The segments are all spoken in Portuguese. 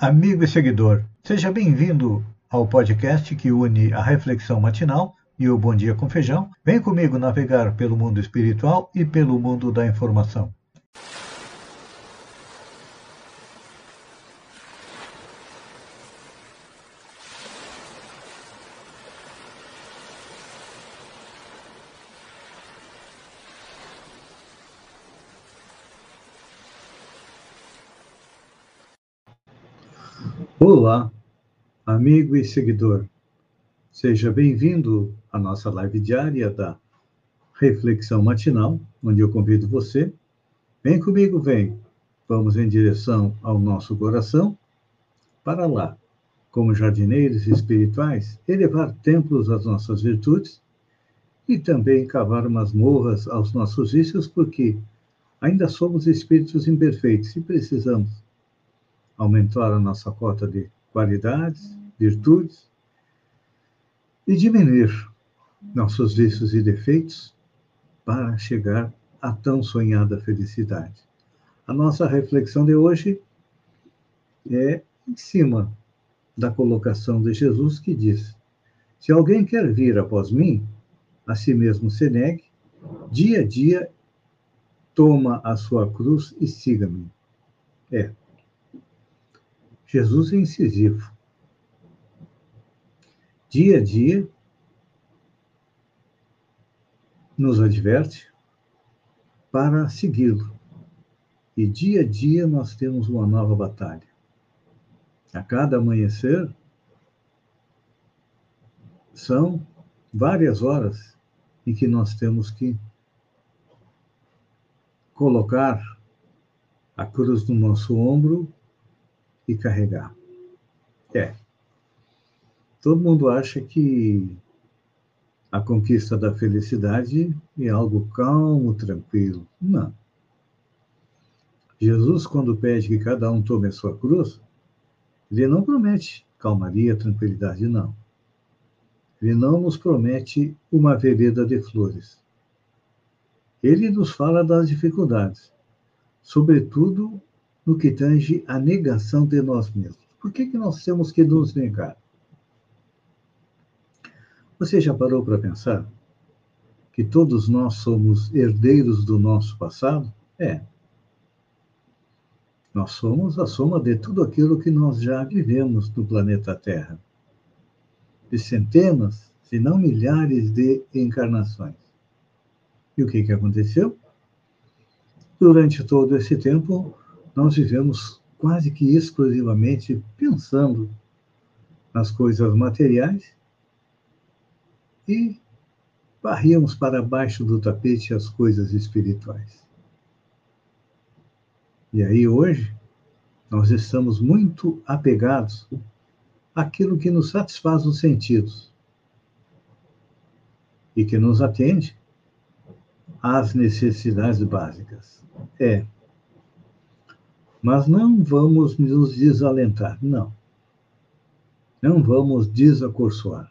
Amigo e seguidor, seja bem-vindo ao podcast que une a reflexão matinal e o Bom Dia com Feijão. Vem comigo navegar pelo mundo espiritual e pelo mundo da informação. Olá, amigo e seguidor. Seja bem-vindo à nossa live diária da Reflexão Matinal, onde eu convido você. Vem comigo, vem. Vamos em direção ao nosso coração, para lá, como jardineiros espirituais, elevar templos às nossas virtudes e também cavar masmorras aos nossos vícios, porque ainda somos espíritos imperfeitos e precisamos aumentar a nossa cota de qualidades, virtudes e diminuir nossos vícios e defeitos para chegar à tão sonhada felicidade. A nossa reflexão de hoje é em cima da colocação de Jesus que diz: se alguém quer vir após mim, a si mesmo se negue, dia a dia toma a sua cruz e siga-me. Jesus é incisivo. Dia a dia nos adverte para segui-lo. E dia a dia nós temos uma nova batalha. A cada amanhecer são várias horas em que nós temos que colocar a cruz no nosso ombro e carregar. Todo mundo acha que a conquista da felicidade é algo calmo, tranquilo. Não. Jesus, quando pede que cada um tome a sua cruz, ele não promete calmaria, tranquilidade, não. Ele não nos promete uma vereda de flores. Ele nos fala das dificuldades, sobretudo no que tange à negação de nós mesmos. Por que nós temos que nos negar? Você já parou para pensar que todos nós somos herdeiros do nosso passado? Nós somos a soma de tudo aquilo que nós já vivemos no planeta Terra, de centenas, se não milhares de encarnações. E o que aconteceu? Durante todo esse tempo, nós vivemos quase que exclusivamente pensando nas coisas materiais e varríamos para baixo do tapete as coisas espirituais. E aí, hoje, nós estamos muito apegados àquilo que nos satisfaz os sentidos e que nos atende às necessidades básicas. Mas não vamos nos desalentar, não. Não vamos desacorçoar.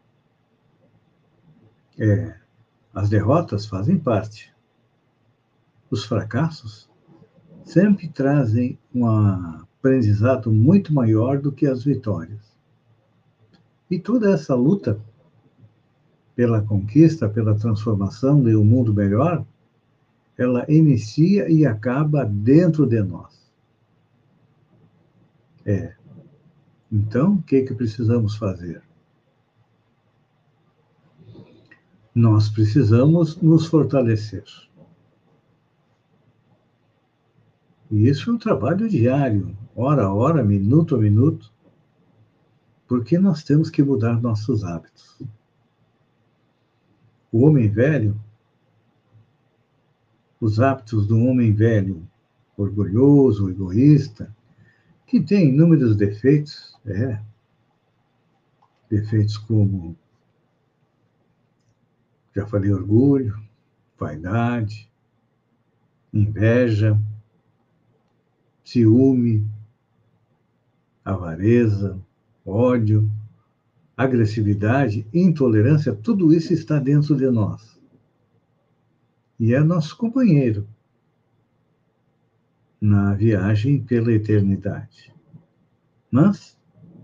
As derrotas fazem parte. Os fracassos sempre trazem um aprendizado muito maior do que as vitórias. E toda essa luta pela conquista, pela transformação de um mundo melhor, ela inicia e acaba dentro de nós. Então, o que precisamos fazer? Nós precisamos nos fortalecer. E isso é um trabalho diário, hora a hora, minuto a minuto, porque nós temos que mudar nossos hábitos. O homem velho, os hábitos do homem velho, orgulhoso, egoísta, que tem inúmeros defeitos, defeitos como, já falei, orgulho, vaidade, inveja, ciúme, avareza, ódio, agressividade, intolerância, tudo isso está dentro de nós. E é nosso companheiro na viagem pela eternidade. Mas,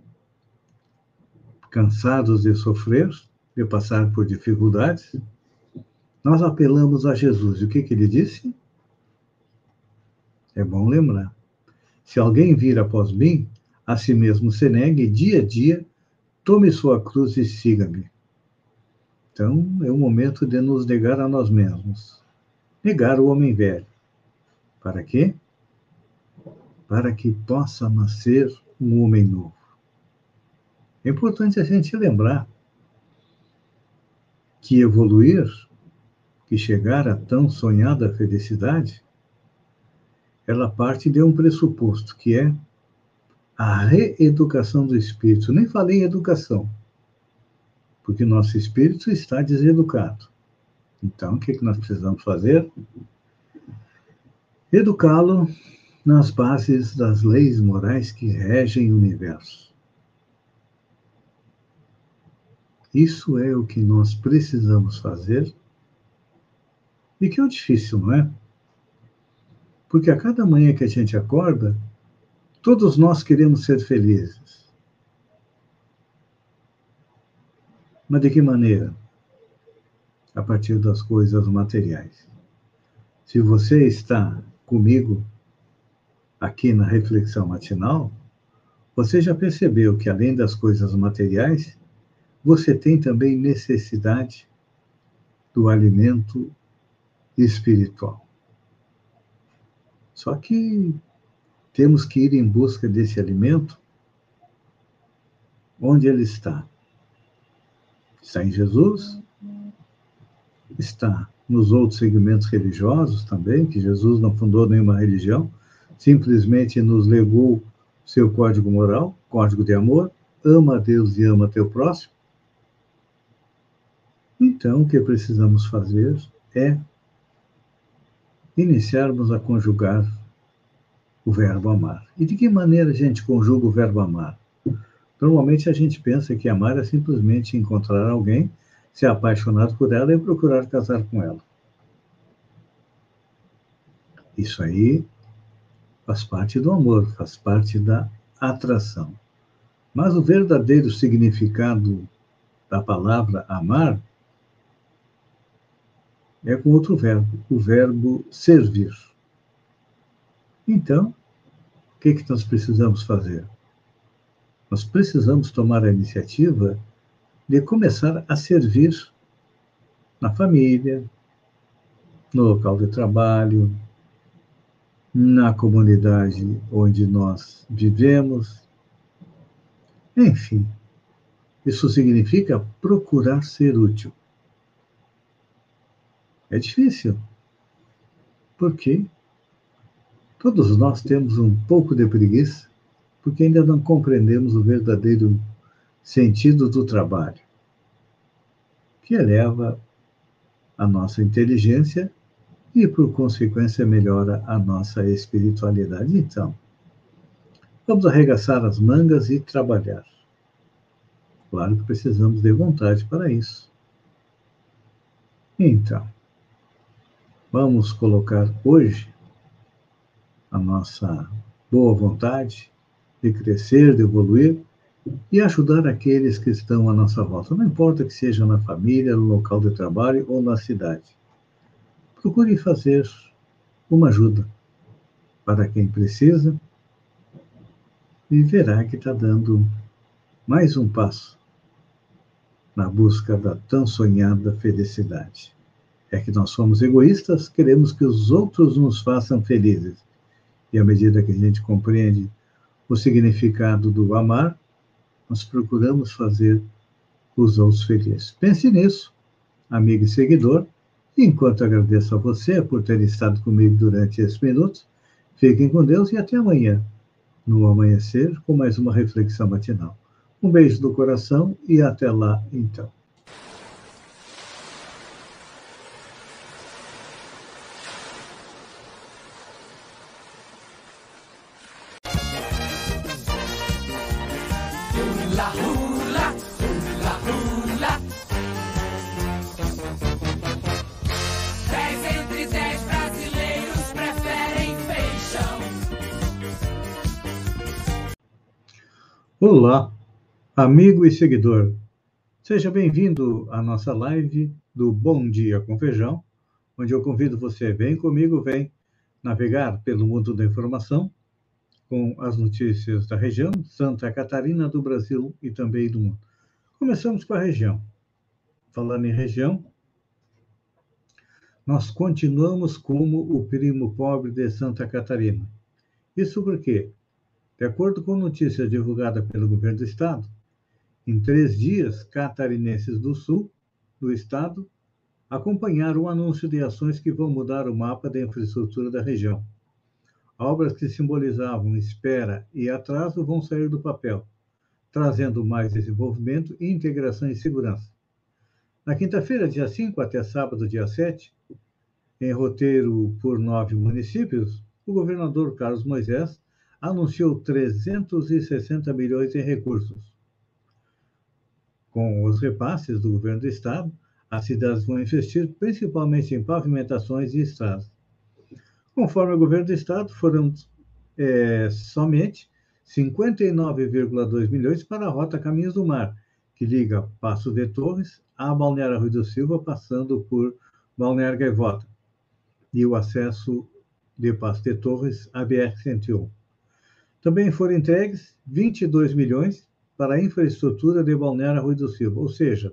cansados de sofrer, de passar por dificuldades, nós apelamos a Jesus. E o que ele disse? É bom lembrar. Se alguém vir após mim, a si mesmo se negue, dia a dia, tome sua cruz e siga-me. Então, é o momento de nos negar a nós mesmos. Negar o homem velho. Para quê? Para que possa nascer um homem novo. É importante a gente lembrar que evoluir, que chegar à tão sonhada felicidade, ela parte de um pressuposto, que é a reeducação do espírito. Nem falei em educação, porque nosso espírito está deseducado. Então, o que nós precisamos fazer? Educá-lo nas bases das leis morais que regem o universo. Isso é o que nós precisamos fazer, e que é difícil, não é? Porque a cada manhã que a gente acorda, todos nós queremos ser felizes. Mas de que maneira? A partir das coisas materiais. Se você está comigo aqui na reflexão matinal, você já percebeu que, além das coisas materiais, você tem também necessidade do alimento espiritual. Só que temos que ir em busca desse alimento onde ele está. Está em Jesus, está nos outros segmentos religiosos também, que Jesus não fundou nenhuma religião, simplesmente nos legou seu código moral, código de amor, ama a Deus e ama teu próximo. Então, o que precisamos fazer é iniciarmos a conjugar o verbo amar. E de que maneira a gente conjuga o verbo amar? Normalmente a gente pensa que amar é simplesmente encontrar alguém, ser apaixonado por ela e procurar casar com ela. Isso aí faz parte do amor, faz parte da atração. Mas o verdadeiro significado da palavra amar é com outro verbo, o verbo servir. Então, o que nós precisamos fazer? Nós precisamos tomar a iniciativa de começar a servir na família, no local de trabalho, na comunidade onde nós vivemos. Enfim, isso significa procurar ser útil. É difícil, porque todos nós temos um pouco de preguiça, porque ainda não compreendemos o verdadeiro sentido do trabalho, que eleva a nossa inteligência e, por consequência, melhora a nossa espiritualidade. Então, vamos arregaçar as mangas e trabalhar. Claro que precisamos de vontade para isso. Então, vamos colocar hoje a nossa boa vontade de crescer, de evoluir e ajudar aqueles que estão à nossa volta. Não importa que seja na família, no local de trabalho ou na cidade. Procure fazer uma ajuda para quem precisa e verá que está dando mais um passo na busca da tão sonhada felicidade. É que nós somos egoístas, queremos que os outros nos façam felizes. E à medida que a gente compreende o significado do amar, nós procuramos fazer os outros felizes. Pense nisso, amigo e seguidor, e enquanto agradeço a você por ter estado comigo durante esses minutos, fiquem com Deus e até amanhã, no amanhecer, com mais uma reflexão matinal. Um beijo do coração e até lá, então. Hula, hula, hula, hula. 10 entre 10 brasileiros preferem feijão. Olá, amigo e seguidor. Seja bem-vindo à nossa live do Bom Dia com Feijão, onde eu convido você, vem comigo, vem navegar pelo mundo da informação com as notícias da região, Santa Catarina, do Brasil e também do mundo. Começamos com a região. Falando em região, nós continuamos como o primo pobre de Santa Catarina. Isso porque, de acordo com notícia divulgada pelo governo do estado, em 3 dias, catarinenses do sul do estado acompanharam o anúncio de ações que vão mudar o mapa da infraestrutura da região. Obras que simbolizavam espera e atraso vão sair do papel, trazendo mais desenvolvimento, integração e segurança. Na quinta-feira, dia 5, até sábado, dia 7, em roteiro por 9 municípios, o governador Carlos Moisés anunciou 360 milhões em recursos. Com os repasses do governo do estado, as cidades vão investir principalmente em pavimentações e estradas. Conforme o governo do estado, foram somente 59,2 milhões para a Rota Caminhos do Mar, que liga Passo de Torres a Balneário Rui do Silva, passando por Balneário Gaivota, e o acesso de Passo de Torres à BR-101. Também foram entregues 22 milhões para a infraestrutura de Balneário Rui do Silva, ou seja,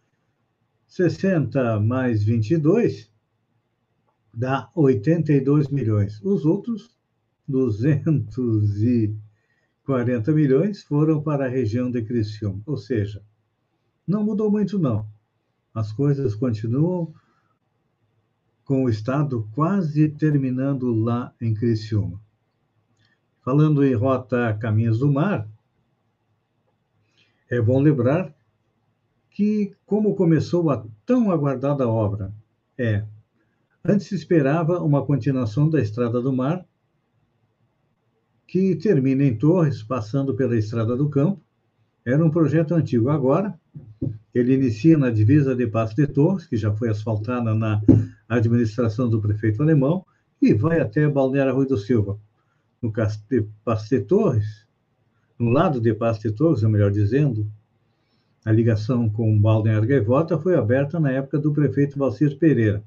60 mais 22 dá 82 milhões. Os outros 240 milhões foram para a região de Criciúma, ou seja, não mudou muito não. As coisas continuam com o estado quase terminando lá em Criciúma. Falando em Rota Caminhos do Mar, é bom lembrar que como começou a tão aguardada obra, antes se esperava uma continuação da Estrada do Mar, que termina em Torres, passando pela Estrada do Campo. Era um projeto antigo. Agora, ele inicia na divisa de Passo de Torres, que já foi asfaltada na administração do prefeito alemão, e vai até Balneário Rui do Silva. No Passo de Torres, no lado de Passo de Torres, melhor dizendo, a ligação com Balneário Gaivota foi aberta na época do prefeito Valcir Pereira.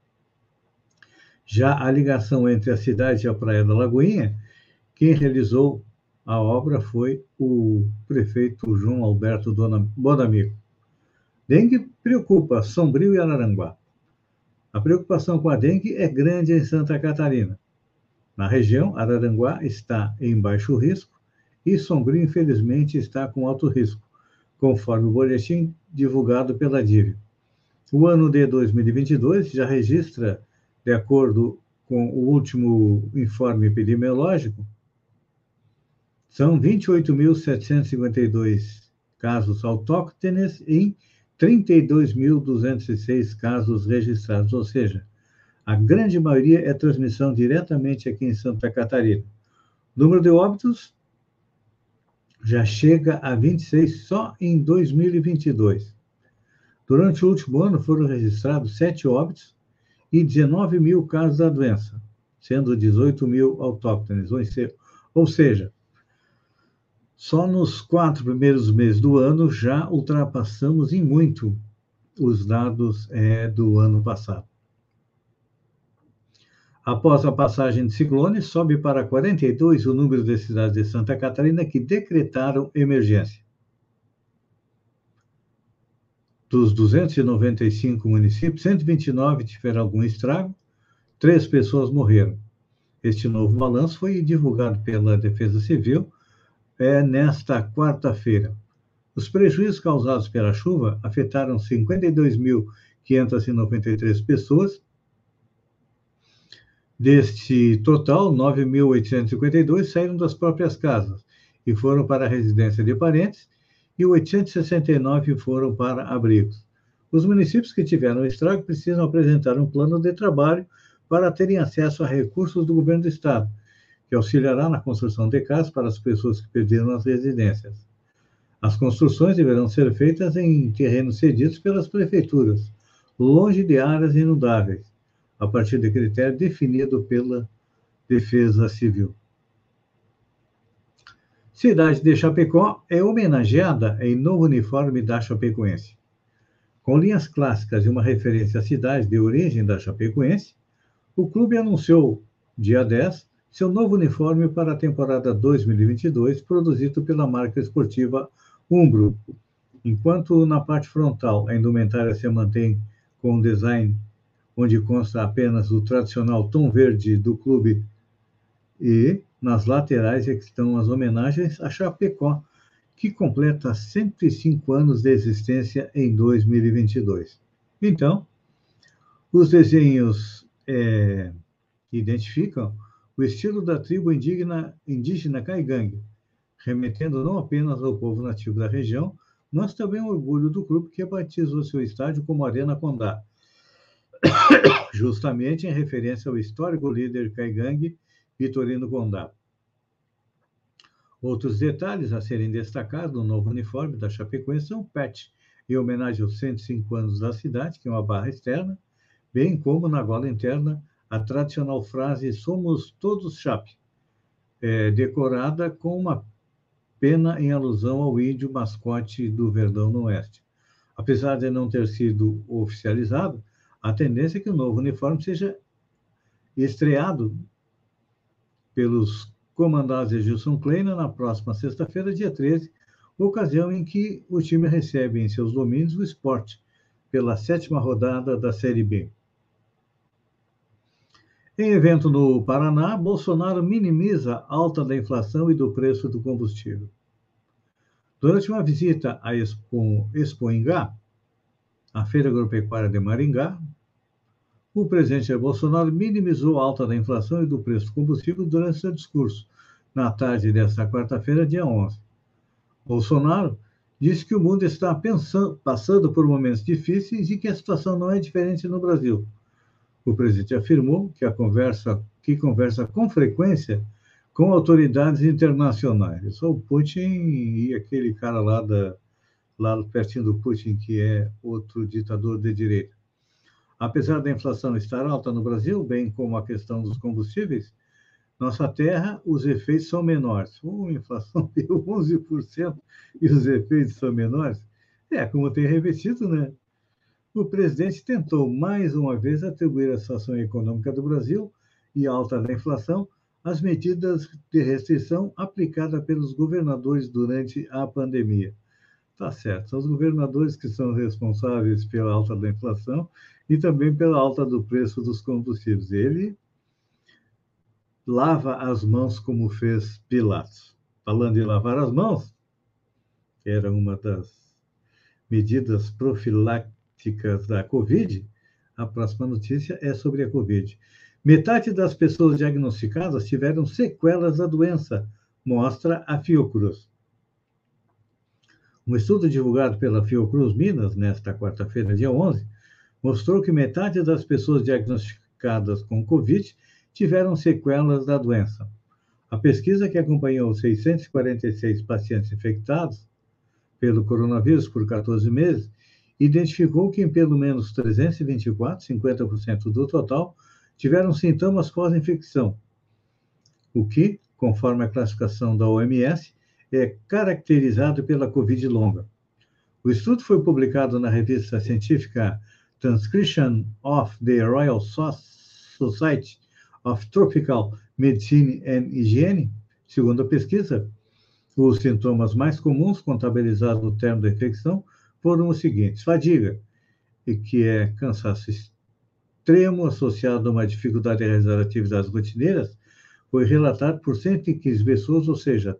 Já a ligação entre a cidade e a Praia da Lagoinha, quem realizou a obra foi o prefeito João Alberto Bonamigo. Dengue preocupa Sombrio e Araranguá. A preocupação com a dengue é grande em Santa Catarina. Na região, Araranguá está em baixo risco e Sombrio, infelizmente, está com alto risco, conforme o boletim divulgado pela DIV. O ano de 2022 já registra, de acordo com o último informe epidemiológico, são 28.752 casos autóctones e 32.206 casos registrados, ou seja, a grande maioria é transmissão diretamente aqui em Santa Catarina. O número de óbitos já chega a 26 só em 2022. Durante o último ano foram registrados 7 óbitos e 19 mil casos da doença, sendo 18 mil autóctones, ou seja, só nos 4 primeiros meses do ano já ultrapassamos em muito os dados do ano passado. Após a passagem de ciclone, sobe para 42 o número de cidades de Santa Catarina que decretaram emergência. Dos 295 municípios, 129 tiveram algum estrago, 3 pessoas morreram. Este novo balanço foi divulgado pela Defesa Civil nesta quarta-feira. Os prejuízos causados pela chuva afetaram 52.593 pessoas. Deste total, 9.852 saíram das próprias casas e foram para a residência de parentes, e 869 foram para abrigos. Os municípios que tiveram estrago precisam apresentar um plano de trabalho para terem acesso a recursos do governo do estado, que auxiliará na construção de casas para as pessoas que perderam as residências. As construções deverão ser feitas em terrenos cedidos pelas prefeituras, longe de áreas inundáveis, a partir de critério definido pela Defesa Civil. Cidade de Chapecó é homenageada em novo uniforme da Chapecoense. Com linhas clássicas e uma referência à cidade de origem da Chapecoense, o clube anunciou, dia 10, seu novo uniforme para a temporada 2022, produzido pela marca esportiva Umbro. Enquanto na parte frontal a indumentária se mantém com um design onde consta apenas o tradicional tom verde do clube, e nas laterais estão as homenagens a Chapecó, que completa 105 anos de existência em 2022. Então, os desenhos identificam o estilo da tribo indígena Caigangue, remetendo não apenas ao povo nativo da região, mas também ao orgulho do clube que batizou seu estádio como Arena Condá, justamente em referência ao histórico líder Caigangue, Vitorino Condá. Outros detalhes a serem destacados no novo uniforme da Chapecoense são o patch, em homenagem aos 105 anos da cidade, que é uma barra externa, bem como na gola interna a tradicional frase "Somos todos Chape", decorada com uma pena em alusão ao índio mascote do Verdão no Oeste. Apesar de não ter sido oficializado, a tendência é que o novo uniforme seja estreado pelos comandados de Gilson Kleina na próxima sexta-feira, dia 13, ocasião em que o time recebe em seus domínios o Sport, pela 7ª rodada da Série B. Em evento no Paraná, Bolsonaro minimiza a alta da inflação e do preço do combustível. Durante uma visita à Expo Ingá, a Feira Agropecuária de Maringá, o presidente Jair Bolsonaro minimizou a alta da inflação e do preço do combustível durante seu discurso, na tarde desta quarta-feira, dia 11. Bolsonaro disse que o mundo está passando por momentos difíceis e que a situação não é diferente no Brasil. O presidente afirmou que conversa com frequência com autoridades internacionais. Só o Putin e aquele cara lá pertinho do Putin, que é outro ditador de direita. Apesar da inflação estar alta no Brasil, bem como a questão dos combustíveis, nossa terra, os efeitos são menores. A inflação deu 11% e os efeitos são menores. Como tem revestido, né? O presidente tentou, mais uma vez, atribuir a situação econômica do Brasil e a alta da inflação às medidas de restrição aplicadas pelos governadores durante a pandemia. Tá certo, são os governadores que são responsáveis pela alta da inflação e também pela alta do preço dos combustíveis. Ele lava as mãos como fez Pilatos. Falando em lavar as mãos, que era uma das medidas profiláticas da Covid, a próxima notícia é sobre a Covid. Metade das pessoas diagnosticadas tiveram sequelas da doença, mostra a Fiocruz. Um estudo divulgado pela Fiocruz Minas, nesta quarta-feira, dia 11, mostrou que metade das pessoas diagnosticadas com Covid tiveram sequelas da doença. A pesquisa, que acompanhou 646 pacientes infectados pelo coronavírus por 14 meses, identificou que em pelo menos 324, 50% do total, tiveram sintomas pós-infecção, o que, conforme a classificação da OMS, é caracterizado pela Covid longa. O estudo foi publicado na revista científica Transcription of the Royal Society of Tropical Medicine and Hygiene. Segundo a pesquisa, os sintomas mais comuns contabilizados no termo da infecção foram os seguintes: fadiga, que é cansaço extremo associado a uma dificuldade de realizar atividades rotineiras, foi relatado por 115 pessoas, ou seja,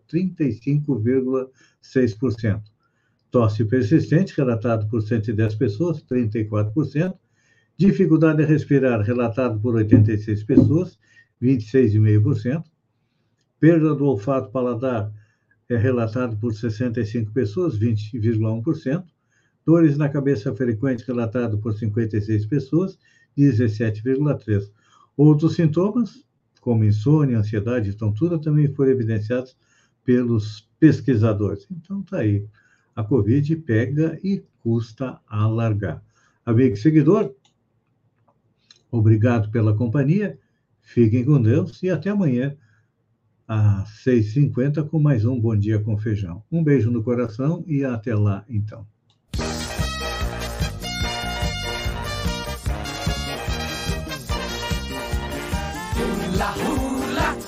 35,6%. Tosse persistente, relatado por 110 pessoas, 34%. Dificuldade de respirar, relatado por 86 pessoas, 26,5%. Perda do olfato paladar é relatado por 65 pessoas, 20,1%. Dores na cabeça frequentes, relatado por 56 pessoas, 17,3%. Outros sintomas, como insônia, ansiedade e tontura, também foram evidenciados pelos pesquisadores. Então, está aí. A Covid pega e custa alargar. Amigo e seguidor, obrigado pela companhia, fiquem com Deus e até amanhã às 6h50 com mais um Bom Dia com Feijão. Um beijo no coração e até lá, então. Hula, hula.